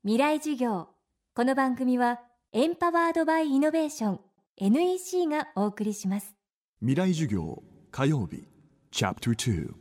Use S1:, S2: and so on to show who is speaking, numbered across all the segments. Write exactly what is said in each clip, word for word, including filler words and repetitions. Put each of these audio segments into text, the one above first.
S1: 未来授業。この番組はエンパワードバイイノベーション エヌイーシー がお送りします。
S2: 未来授業火曜日チャプターに。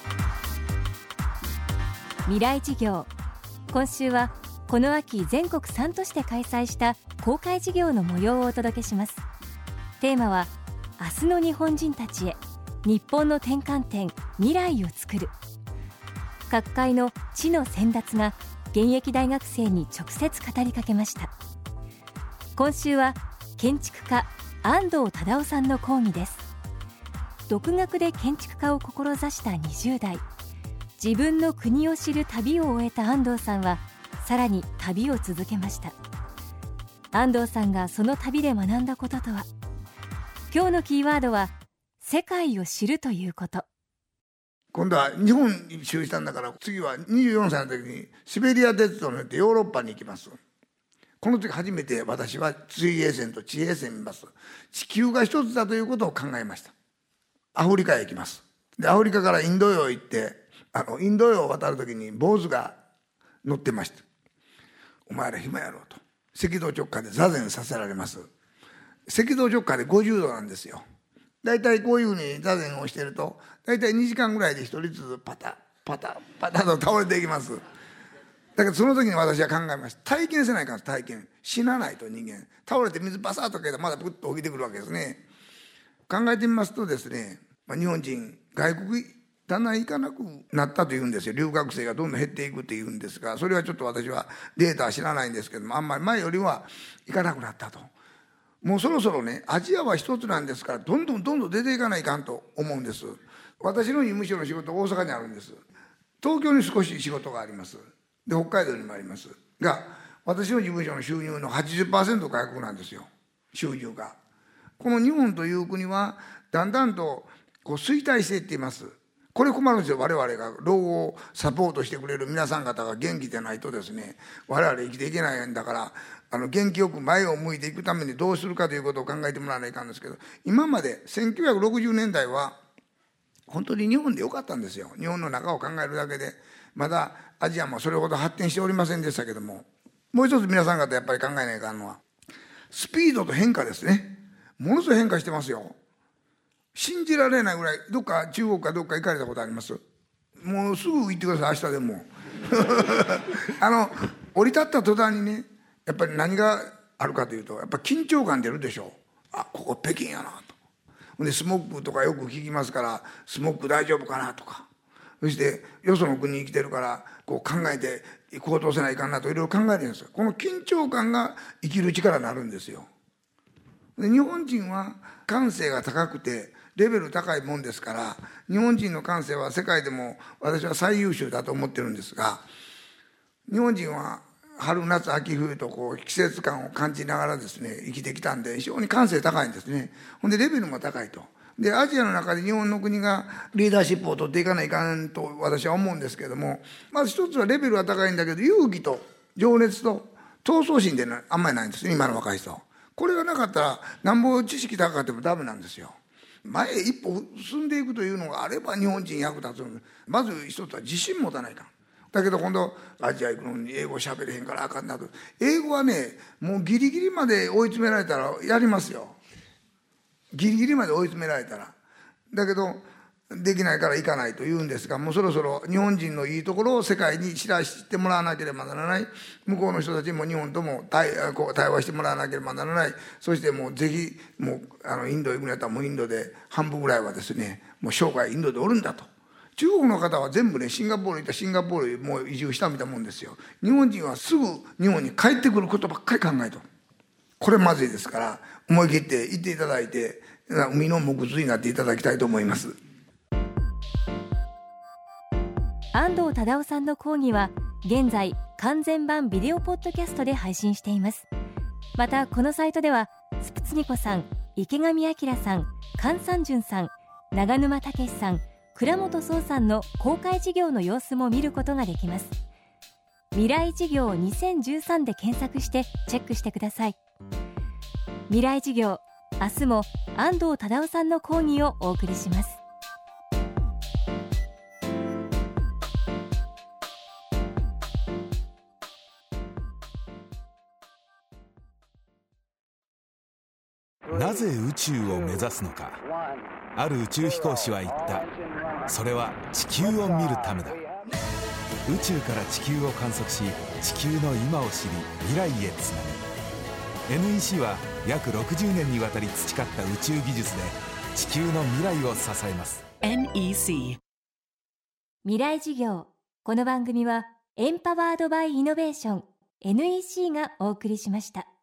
S1: 未来授業。今週はこの秋全国さん都市で開催した公開授業の模様をお届けします。テーマは明日の日本人たちへ、日本の転換点、未来を作る。各界の知の先達が現役大学生に直接語りかけました。今週は建築家安藤忠雄さんの講義です。独学で建築家を志したにじゅう代、自分の国を知る旅を終えた安藤さんはさらに旅を続けました。安藤さんがその旅で学んだこととは。今日のキーワードは世界を知るということ。
S3: 今度は日本に就したんだから、次はにじゅうよんさいの時にシベリア鉄道に乗ってヨーロッパに行きます。この時初めて私は水平線と地平線を見ます。地球が一つだということを考えました。アフリカへ行きます。でアフリカからインド洋へ行って、あのインド洋を渡る時に坊主が乗ってました。お前ら暇やろうと。赤道直下で座禅させられます。赤道直下でごじゅうどなんですよ。だいたいこういうふうに座禅をしていると、だいたいにじかんぐらいで一人ずつパタパタパタと倒れていきます。だけどその時に私は考えました。体験せないから、体験死なないと。人間倒れて水バサッとかけたらまだプッと起きてくるわけですね。考えてみますとですね、まあ、日本人外国だんだん行かなくなったというんですよ。留学生がどんどん減っていくっていうんですが、それはちょっと私はデータは知らないんですけども、あんまり前よりは行かなくなったと。もうそろそろね、アジアは一つなんですから、どんどんどんどん出ていかないかんと思うんです。私の事務所の仕事は大阪にあるんです。東京に少し仕事があります。で北海道にもありますが、私の事務所の収入の はちじゅっパーセント 外国なんですよ、収入が。この日本という国はだんだんとこう衰退していっています。これ困るんですよ。我々が老後をサポートしてくれる皆さん方が元気でないとですね、我々生きていけないんだから、あの元気よく前を向いていくためにどうするかということを考えてもらわないかんですけど、今までせんきゅうひゃくろくじゅうねんだいは本当に日本でよかったんですよ。日本の中を考えるだけで、まだアジアもそれほど発展しておりませんでしたけども、もう一つ皆さん方やっぱり考えないかんのはスピードと変化ですね。ものすごい変化してますよ。信じられないぐらい。どっか中国かどっか行かれたことあります？もうすぐ行ってください、明日でもあの降り立った途端にね、やっぱり何があるかというと、やっぱ緊張感出るでしょう。あ、ここ北京やなと。でスモッグとかよく聞きますから、スモッグ大丈夫かなとか、そしてよその国に生きてるからこう考えて行動せないかんなといろいろ考えるんですよ。この緊張感が生きる力になるんですよ。で日本人は感性が高くてレベル高いもんですから、日本人の感性は世界でも私は最優秀だと思ってるんですが、日本人は春夏秋冬とこう季節感を感じながらですね生きてきたんで、非常に感性高いんですね。ほんでレベルも高いと。でアジアの中で日本の国がリーダーシップを取っていかないかんと私は思うんですけれども、まず一つはレベルは高いんだけど、勇気と情熱と闘争心であんまりないんですね、今の若い人。これがなかったらなんぼ知識高かってもダメなんですよ。前へ一歩進んでいくというのがあれば日本人役立つので、まず一つは自信持たないかん。だけど今度アジア行くのに英語喋れへんからあかんなと。英語はね、もうギリギリまで追い詰められたらやりますよ。ギリギリまで追い詰められたら。だけどできないから行かないと言うんですが、もうそろそろ日本人のいいところを世界に知らせてもらわなければならない。向こうの人たちも日本とも 対, こう対話してもらわなければならない。そしてもうぜひもうあのインド行くんやったらもうインドで半分ぐらいはですね、もう生涯インドでおるんだと。中国の方は全部ね、シンガポール行ったシンガポールへもう移住したみたいなもんですよ。日本人はすぐ日本に帰ってくることばっかり考えとる。これまずいですから、思い切って行っていただいて、海の木図になっていただきたいと思います。
S1: 安藤忠雄さんの講義は現在完全版ビデオポッドキャストで配信しています。またこのサイトではスプツニコさん、池上彰さん、菅三淳さん、長沼武さん、倉本壮さんの公開授業の様子も見ることができます。未来授業にせんじゅうさんで検索してチェックしてください。未来授業、明日も安藤忠雄さんの講義をお送りします。
S4: なぜ宇宙を目指すのか。ある宇宙飛行士は言った。それは地球を見るためだ。宇宙から地球を観測し、地球の今を知り未来へつなぐ。 エヌイーシー は約ろくじゅうねんにわたり培った宇宙技術で地球の未来を支えます。 エヌイーシー
S1: 未来事業。この番組はエンパワードバイイノベーション エヌイーシー がお送りしました。